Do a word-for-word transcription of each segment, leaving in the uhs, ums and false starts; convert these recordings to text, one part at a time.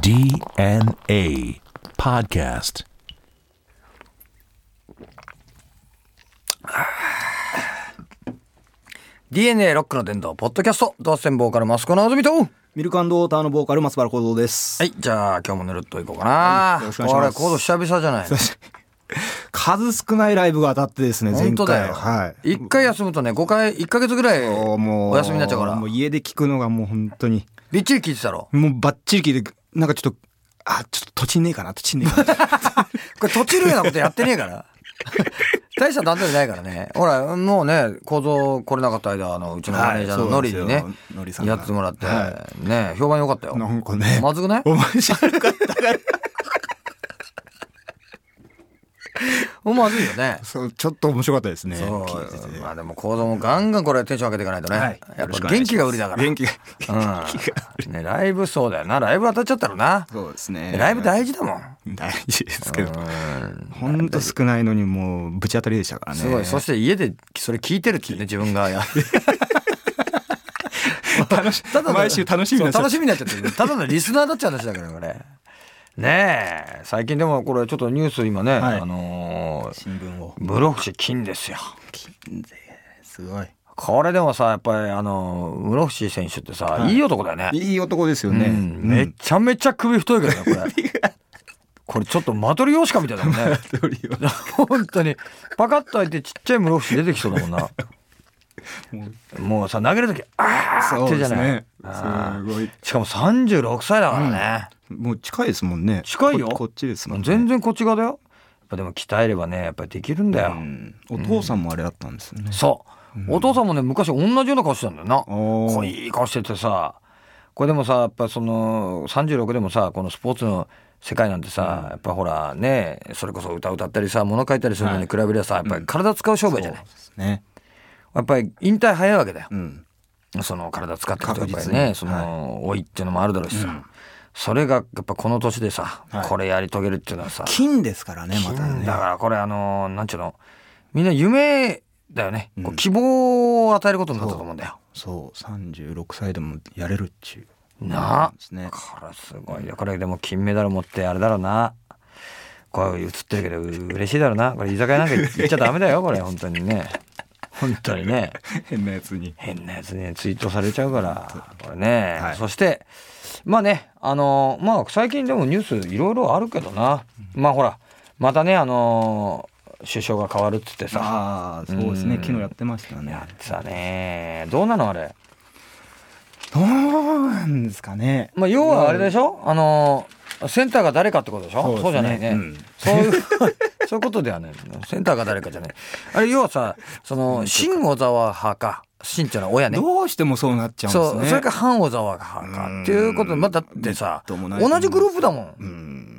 ディーエヌエー Podcast。 ディーエヌエー ロックの伝道ポッドキャスト、ドアステンボーカルマスコのあずみと、 ミルク&ウォーターのボーカル松原幸三です。 はい、じゃあ今日もぬるっといこうかな、 はい、よろしくお願いします。 これコード久々じゃないの。 数少ないライブが当たってですね、前回。 本当だよ、はい、いっかい休むとねごかいいっかげつぐらいお休みになっちゃうから、 もう家で聞くのがもう本当にびっちり聞いてたろ。 もうバッチリ聞いて、なんかちょっとあちょっととちんねえかなとちんねえかなこれとちるようなことやってねえから大した段取りないからね。ほらもうね、構造来れなかった間、あのうちのマネージャーのノリにね、はい、やってもらって、はい、ね評判良かったよ。 なんかね、 まずくない？ 面白かったからまずいよね。 そうちょっと面白かったですね。 そうまあでも構造もガンガンこれテンション上げていかないとね、はい、やっぱ元気が売りだから。 元気が、 うん、ねライブそうだよな、ライブ当たっちゃったらな。 そうですね、 ライブ大事だもん。 大事ですけど、ほんと少ないのにもうぶち当たりでしたからね。 すごい。そして家でそれ聞いてるっていうね、自分がや楽し、ただ毎週楽しみになっちゃう。 楽しみになっちゃってる。ただのリスナーだっちゃう話だからこれねえ。最近でもこれちょっとニュース今ね、はい、あのー、新聞を室伏金ですよ。 金ですごい。 これでもさ、やっぱりあの室伏選手ってさ、はい、いい男だよね。 いい男ですよね、うん、 めちゃめちゃ首太いけどねこれこれちょっとマトリオシカみたいだもんね本当にパカッと開いてちっちゃい室伏出てきそうだもんなもう、もうさ投げるときあーってじゃない、ね、すごい。しかもさんじゅうろくさいだからね、 うん、もう近いですもんね。 近いよ。 こ, こっちですもんね。 全然こっち側だよ。やっぱでも鍛えればね、やっぱりできるんだよ、うん、 お父さんもあれだったんですよね、うん、 そう、うん、お父さんもね昔同じような顔してたんだよな。濃い顔しててさ、これでもさやっぱそのさんじゅうろくでもさこのスポーツの世界なんてさ、うん、やっぱほらね、それこそ歌歌ったりさ物書いたりするのに比べればさ、はい、やっぱり体使う商売じゃない、うん、そうですね。やっぱり引退早いわけだよ、うん、その体使ってるとやっぱりね、その老いっていうのもあるだろうしさ、うん、それがやっぱこの年でさ、はい、これやり遂げるっていうのはさ金ですからね、またね。 だからこれあのなんちゅうの、みんな夢だよね、うん、こう希望を与えることになったと思うんだよ。 そう、そうさんじゅうろくさいでもやれるっちゅうなあ、ね、これすごいよ。これでも金メダル持ってあれだろうな、これ映ってるけど嬉しいだろうな。これ居酒屋なんか行っちゃダメだよこれ本当にね、本当にね変なやつに変なやつにツイートされちゃうからこれね、はい、そしてまあね、あのー、まあ最近でもニュースいろいろあるけどな、うん、まあほらまたね、あのー、首相が変わるっつってさ、 あそうですね、昨日やってましたね。 やってたね。どうなのあれ。 どうなんですかね。 まあ要はあれでしょ、あのー、センターが誰かってことでしょ。 そうですね、そうじゃないね、うん、そういうそういうことではない。センターが誰かじゃない。あれ要はさ、その新小沢派か、新っていうのは親ね、 どうしてもそうなっちゃうんですね。 そう、それから反小沢派かっていうことで、まあ、だってさ同じグループだもん、うん、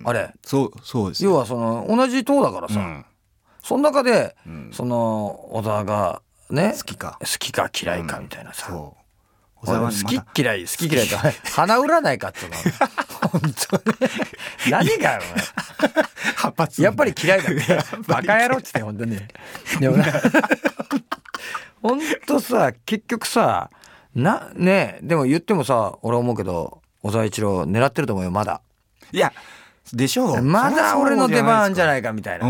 あれ。 そうそうです。 要はその同じ党だからさ、うん、その中で、うん、その小沢がね好きか好きか嫌いかみたいなさ、うん、そう小沢好き嫌い好き嫌いと花占いかっていうの本当に何があるの派閥やっぱり嫌いだねバカ野郎っつって本当にでも本当さ結局さなね、でも言ってもさ俺思うけど小沢一郎狙ってると思うよまだ。 いやでしょう、 まだ俺の出番あんじゃないかみたいな、うん、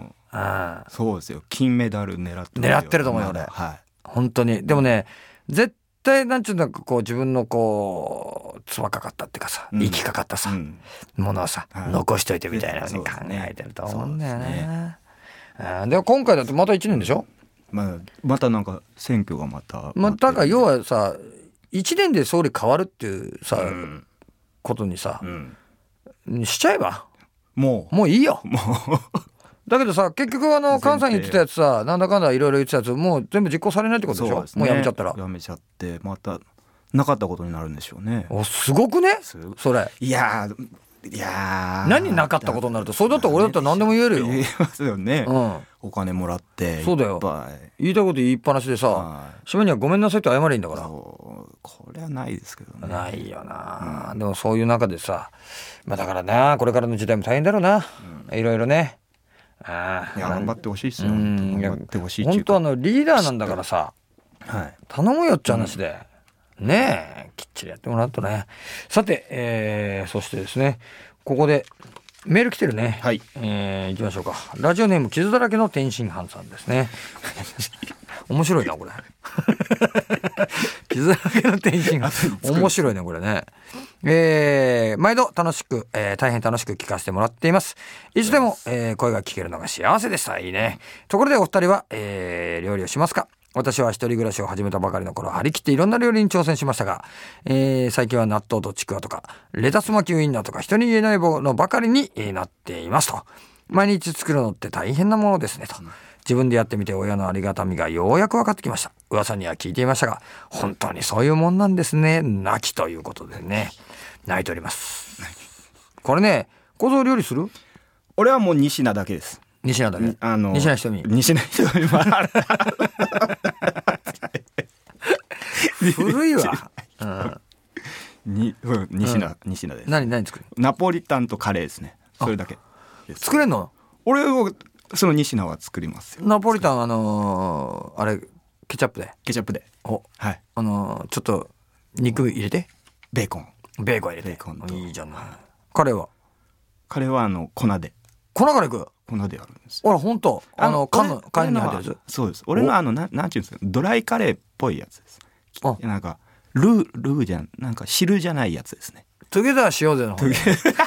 あそうですよ、金メダル狙って狙ってると思うよ俺、はい、本当に。でもね絶対なんちゅうんだかこう自分のこうつばかかったっていうかさ、うん、生きかかったさ、うん、ものをさ、はい、残しといてみたいなのに考えてると思うんだよね。あでも今回だってまたいちねんでしょ、 まあ、またなんか選挙がまたまあだから要はさいちねんで総理変わるっていうさ、うん、ことにさ、うん、しちゃえばもうもういいよもうだけどさ結局あの関西に言ってたやつさなんだかんだいろいろ言ってたやつもう全部実行されないってことでしょ。う、ね、もうやめちゃったらやめちゃってまたなかったことになるんでしょうね。 おすごくねそれ。 いやいや何なかったことになるとそれだったら俺だったら何でも言えるよ。 言えますよね、うん、お金もらってそうだよ言いたいこと言いっぱなしでさ締めにはごめんなさいって謝れいいんだから。 そうこれはないですけどね。 ないよな、うん、でもそういう中でさ、まあ、だからなこれからの時代も大変だろうな、うん、いろいろね。 あいや頑張ってほしいですよ。頑張ってほしい。 本当あのリーダーなんだからさ、はい、頼むよって話で、 ねえきっちりやってもらうとね。さて、えー、そしてですねここでメール来てるね。 はい、 えー、行きましょうか。ラジオネーム傷だらけの天津飯さんですね面白いなこれ傷だらけの天津飯面白いねこれね。えー、毎度楽しく、えー、大変楽しく聞かせてもらっています。いつでも、えー、声が聞けるのが幸せでした。いいね。ところでお二人は、えー、料理をしますか？私は一人暮らしを始めたばかりの頃張り切っていろんな料理に挑戦しましたが、えー、最近は納豆とちくわとかレタス巻きウインナーとか人に言えないものばかりになっていますと。毎日作るのって大変なものですねと。自分でやってみて親のありがたみがようやく分かってきました。噂には聞いていましたが本当にそういうもんなんですね。泣きということでね泣いております。これね小僧料理する？ 俺はもうに品だけです。 に品だけ。 あのに品ひとみ。 に品ひとみもある古いわ。うんにに品に品です。 何何作る？ ナポリタンとカレーですね。それだけです。 作れんの？ 俺はそのに品は作りますよ。 ナポリタンあのー、あれケチャップで。 ケチャップで。 おはい。 あのー、ちょっと肉入れて。 ベーコン。 ベーコン入れて。 ベーコンといいじゃない。カレーは？ カレーはあの粉で。 粉からいく？ 粉でやるんです。 あら本当。あの缶の缶に入ってるやつ。 そうです。俺のあのななんていうんですかドライカレーっぽいやつです。 あなんかルールーじゃんなんか汁じゃないやつですね。 トゥゲザーしようぜの方。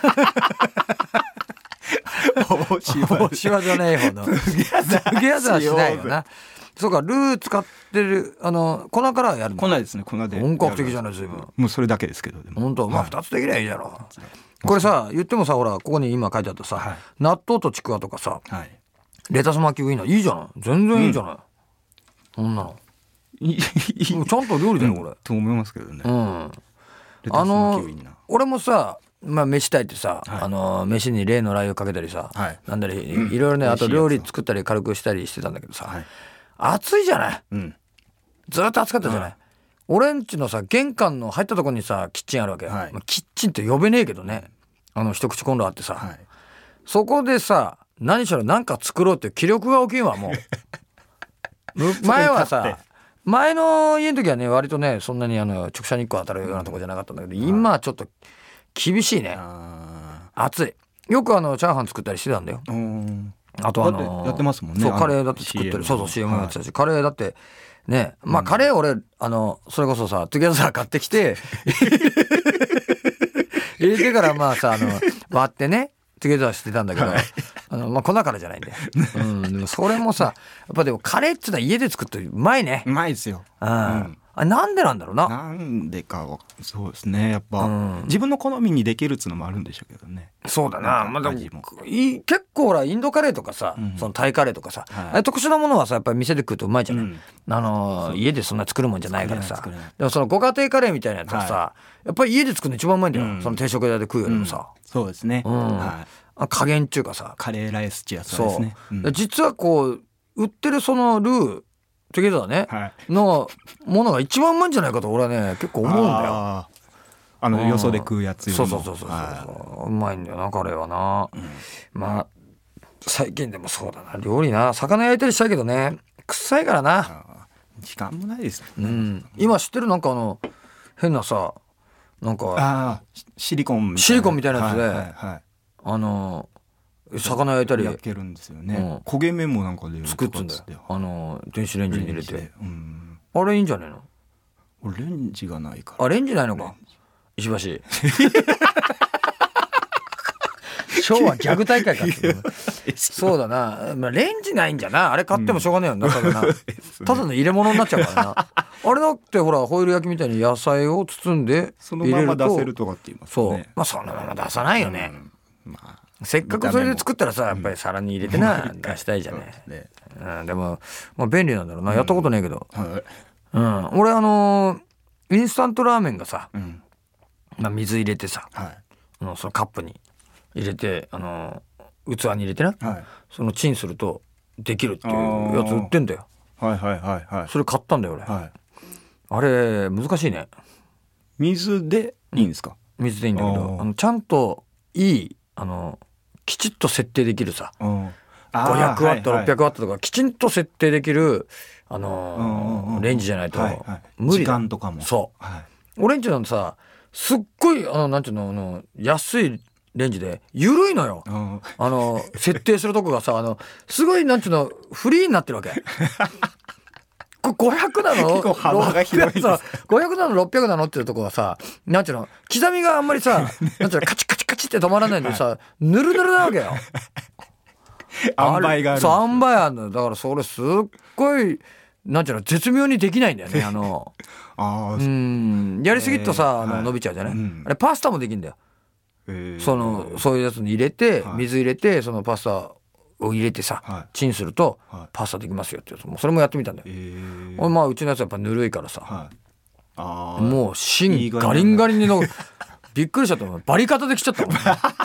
大大島じゃねえ方の。トゥゲザーしないよな。そうかルー使ってるあの粉からやるの。 粉ですね。粉で。 本格的じゃない随分。 もうそれだけですけど。でも本当まあ二つできりゃいいじゃろ。これさ言ってもさほらここに今書いてあったさ、はい、納豆とちくわとかさ、はい、レタス巻きウインナーいいじゃない全然いいじゃない、うん、そんなのちゃんと料理だよこれ、うん、 と思いますけどね、 うん、あの俺もさまあ飯炊いてさ、はい、あの飯に例のラー油かけたりさ、はい、なんだり、うん、いろいろねあと料理作ったり軽くしたりしてたんだけどさ、はい、暑いじゃない、うん、ずっと暑かったじゃない、はい、俺んちのさ玄関の入ったところにさキッチンあるわけ、はいまあ、キッチンって呼べねえけどねあの一口コンロあってさ、はい、そこでさ何しろ何か作ろうっていう気力が起きんわもう前はさ前の家の時はね割とねそんなにあの直射日光当たるようなとこじゃなかったんだけど、うん、今はちょっと厳しいね暑いよくあのチャーハン作ったりしてたんだよ、うん、あとあのやってますもんねそうカレーだって作ったりそうそう シーエム やってたし、はい、カレーだってねまあカレー俺あのそれこそさトゥゲザー買ってきて入れてからまあさあの割ってねトゥゲザーしてたんだけど、はい、あのまあ粉からじゃないんで、うん、でもそれもさやっぱでもカレーっつうのは家で作ってうまいねうまいですよ、 うん、あなんでなんだろうななんでかそうですねやっぱ、うん、自分の好みにできるっつうのもあるんでしょうけどねそうだなまあ、でもい結構ほらインドカレーとかさ、うん、そのタイカレーとかさ、はい、特殊なものはさやっぱり店で食うとうまいじゃない、うん、あの家でそんな作るもんじゃないからさでもそのご家庭カレーみたいなやつはさ、はい、やっぱり家で作るの一番うまいんだよ、うん、その定食屋で食うよりもさ、うん、 そうですね、うんはい、加減っていうかさカレーライスってやつですね、 うん、実はこう売ってるそのルートゥゲザーね、はい、のものが一番うまいんじゃないかと俺はね結構思うんだよああのよそで食うやつよりもそうそうそうそう、はい、うまいんだよなカレーはな、うん、まあ最近でもそうだな料理な魚焼いたりしたいけどね臭いからな時間もないですもんね、うん、今知ってるなんかあの変なさなんかあシリコンみたいなシリコンみたいなやつで、はいはいはい、あの魚焼いたり焼けるんですよね、うん、焦げ目もなんかで作ってんだよあの電子レンジに入れて、うん、あれいいんじゃねえの俺レンジがないからあレンジないのか石橋昭和ギャグ大会かそうだな、まあ、レンジないんじゃなあれ買ってもしょうがないよな、うん、ただなただの入れ物になっちゃうからなあれだってほらホイル焼きみたいに野菜を包んでそのまま出せるとかって言いますねそうまあそのまま出さないよね、うんまあせっかくそれで作ったらさやっぱり皿に入れてな、うん、出したいじゃねえ、うん、でも、まあ、便利なんだろうなやったことねえけど、うんうん、俺あのー、インスタントラーメンがさ、うんまあ、水入れてさ、はい、あのそのカップに入れて、あのー、器に入れてな、はい、そのチンするとできるっていうやつ売ってんだよはいはいはいはいそれ買ったんだよ俺、はい、あれ難しいね水でいいんですか、 うん、水でいいんだけどあのちゃんといいあのきちっと設定できるさ、うん、 あーごひゃくワット、 はいはいろっぴゃくワットとかきちんと設定できる、あのーうんうんうんレンジじゃないとはいはい無理だ。 時間とかもそうはい俺んちなんてさすっごいあのなんていうのあの安いレンジで緩いのよ。 うんあの設定するとこがさあのすごいなんていうのフリーになってるわけ。これごひゃくなの結構幅が広いですろっぴゃくそうごひゃくなのろっぴゃくなのっていうとこがさなんていうの刻みがあんまりさなんていうのカチカチカチって止まらないんでさ、ぬるぬるなわけよ。 塩梅があるそう塩梅あるのだからそれすっごいなんていうの絶妙にできないんだよねあのあうーんやりすぎるとさ、 えーあのはい伸びちゃうじゃない、 うんあれパスタもできるんだよ。 へーそのそういうやつに入れてはい水入れてそのパスタを入れてさ、 はいチンするとはいパスタできますよってやつもそれもやってみたんだよ。 えー俺まあうちのやつはやっぱぬるいからさ、 はいあーもう芯いい具合ガリンガリンにのびっくりしちゃったもんバリカタできちゃったもん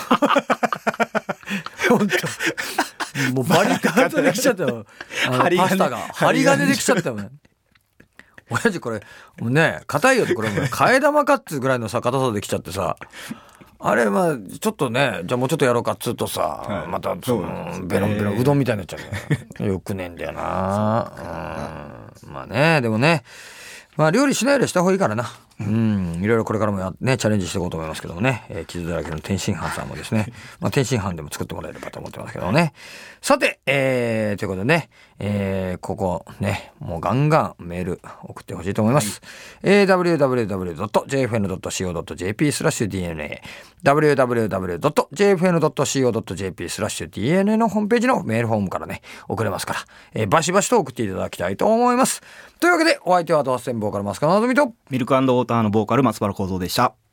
本当もうバリカタできちゃったよあの針金パスタが針金できちゃったよね。親父これもうね硬いよってこれもう替え玉かっつうぐらいのさ硬さできちゃってさあれまあちょっとねじゃあもうちょっとやろうかっつうとさ、 はいまたそそうなんですのベロンベロンえーうどんみたいになっちゃうねよくねえんだよなうんまあねでもねまあ料理しないよりした方がいいからなうんいろいろこれからもやねチャレンジしていこうと思いますけどもね、えー、傷だらけの天津飯さんもですねまあ天津飯でも作ってもらえればと思ってますけどもねさて、えー、ということでね、えー、ここねもうガンガンメール送ってほしいと思います、はいえー、ダブリューダブリューダブリュードットジェイエフエヌドットシーオードットジェーピー スラッシュ ディーエヌエー ダブリューダブリューダブリュードットジェイエフエヌドットシーオードットジェーピー スラッシュ ディーエヌエー のホームページのメールフォームからね送れますから、えー、バシバシと送っていただきたいと思います。というわけでお相手はドアステンボーカルマスカのぞみとミルクウォーターのボーカル松原幸三でした。